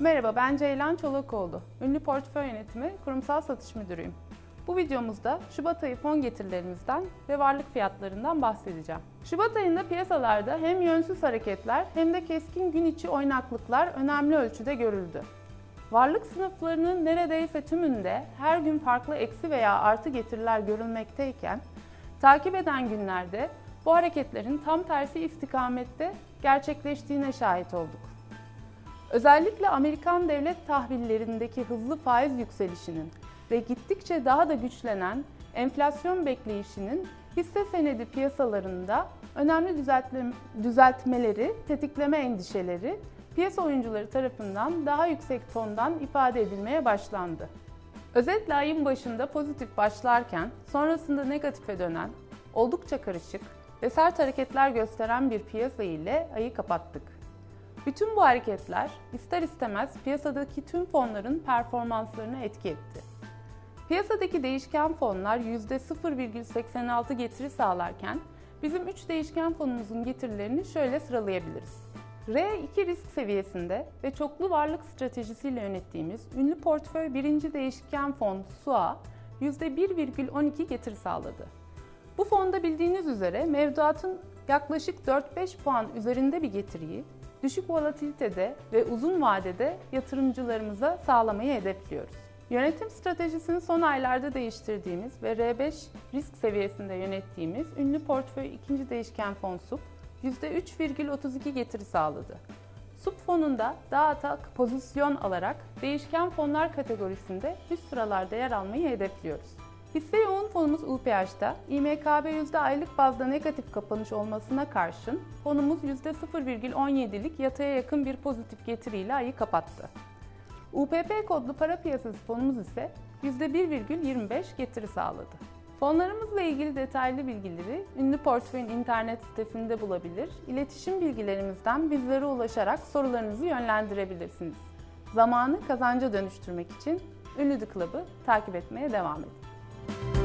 Merhaba, ben Ceylan Çolakoğlu. Ünlü Portföy Yönetimi Kurumsal Satış Müdürüyüm. Bu videomuzda Şubat ayı fon getirilerimizden ve varlık fiyatlarından bahsedeceğim. Şubat ayında piyasalarda hem yönsüz hareketler hem de keskin gün içi oynaklıklar önemli ölçüde görüldü. Varlık sınıflarının neredeyse tümünde her gün farklı eksi veya artı getiriler görülmekteyken, takip eden günlerde bu hareketlerin tam tersi istikamette gerçekleştiğine şahit olduk. Özellikle Amerikan devlet tahvillerindeki hızlı faiz yükselişinin ve gittikçe daha da güçlenen enflasyon bekleyişinin hisse senedi piyasalarında önemli düzeltmeleri, tetikleme endişeleri piyasa oyuncuları tarafından daha yüksek tondan ifade edilmeye başlandı. Özetle ayın başında pozitif başlarken sonrasında negatife dönen, oldukça karışık ve sert hareketler gösteren bir piyasa ile ayı kapattık. Bütün bu hareketler ister istemez piyasadaki tüm fonların performanslarına etki etti. Piyasadaki değişken fonlar %0,86 getiri sağlarken bizim 3 değişken fonumuzun getirilerini şöyle sıralayabiliriz. R2 risk seviyesinde ve çoklu varlık stratejisiyle yönettiğimiz ünlü portföy birinci değişken fon SUA %1,12 getiri sağladı. Bu fonda bildiğiniz üzere mevduatın yaklaşık 4-5 puan üzerinde bir getiriyi düşük volatilitede ve uzun vadede yatırımcılarımıza sağlamayı hedefliyoruz. Yönetim stratejisini son aylarda değiştirdiğimiz ve R5 risk seviyesinde yönettiğimiz ünlü portföy ikinci değişken fon SUP %3,32 getiri sağladı. SUP fonunda daha atak pozisyon alarak değişken fonlar kategorisinde üst sıralarda yer almayı hedefliyoruz. Hisse yoğun fonumuz UPH'da İMKB aylık bazda negatif kapanış olmasına karşın fonumuz %0,17'lik yataya yakın bir pozitif getiriyle ayı kapattı. UPP kodlu para piyasası fonumuz ise %1,25 getiri sağladı. Fonlarımızla ilgili detaylı bilgileri ünlü portföyün internet sitesinde bulabilir, iletişim bilgilerimizden bizlere ulaşarak sorularınızı yönlendirebilirsiniz. Zamanı kazanca dönüştürmek için Ünlü The Club'ı takip etmeye devam edin.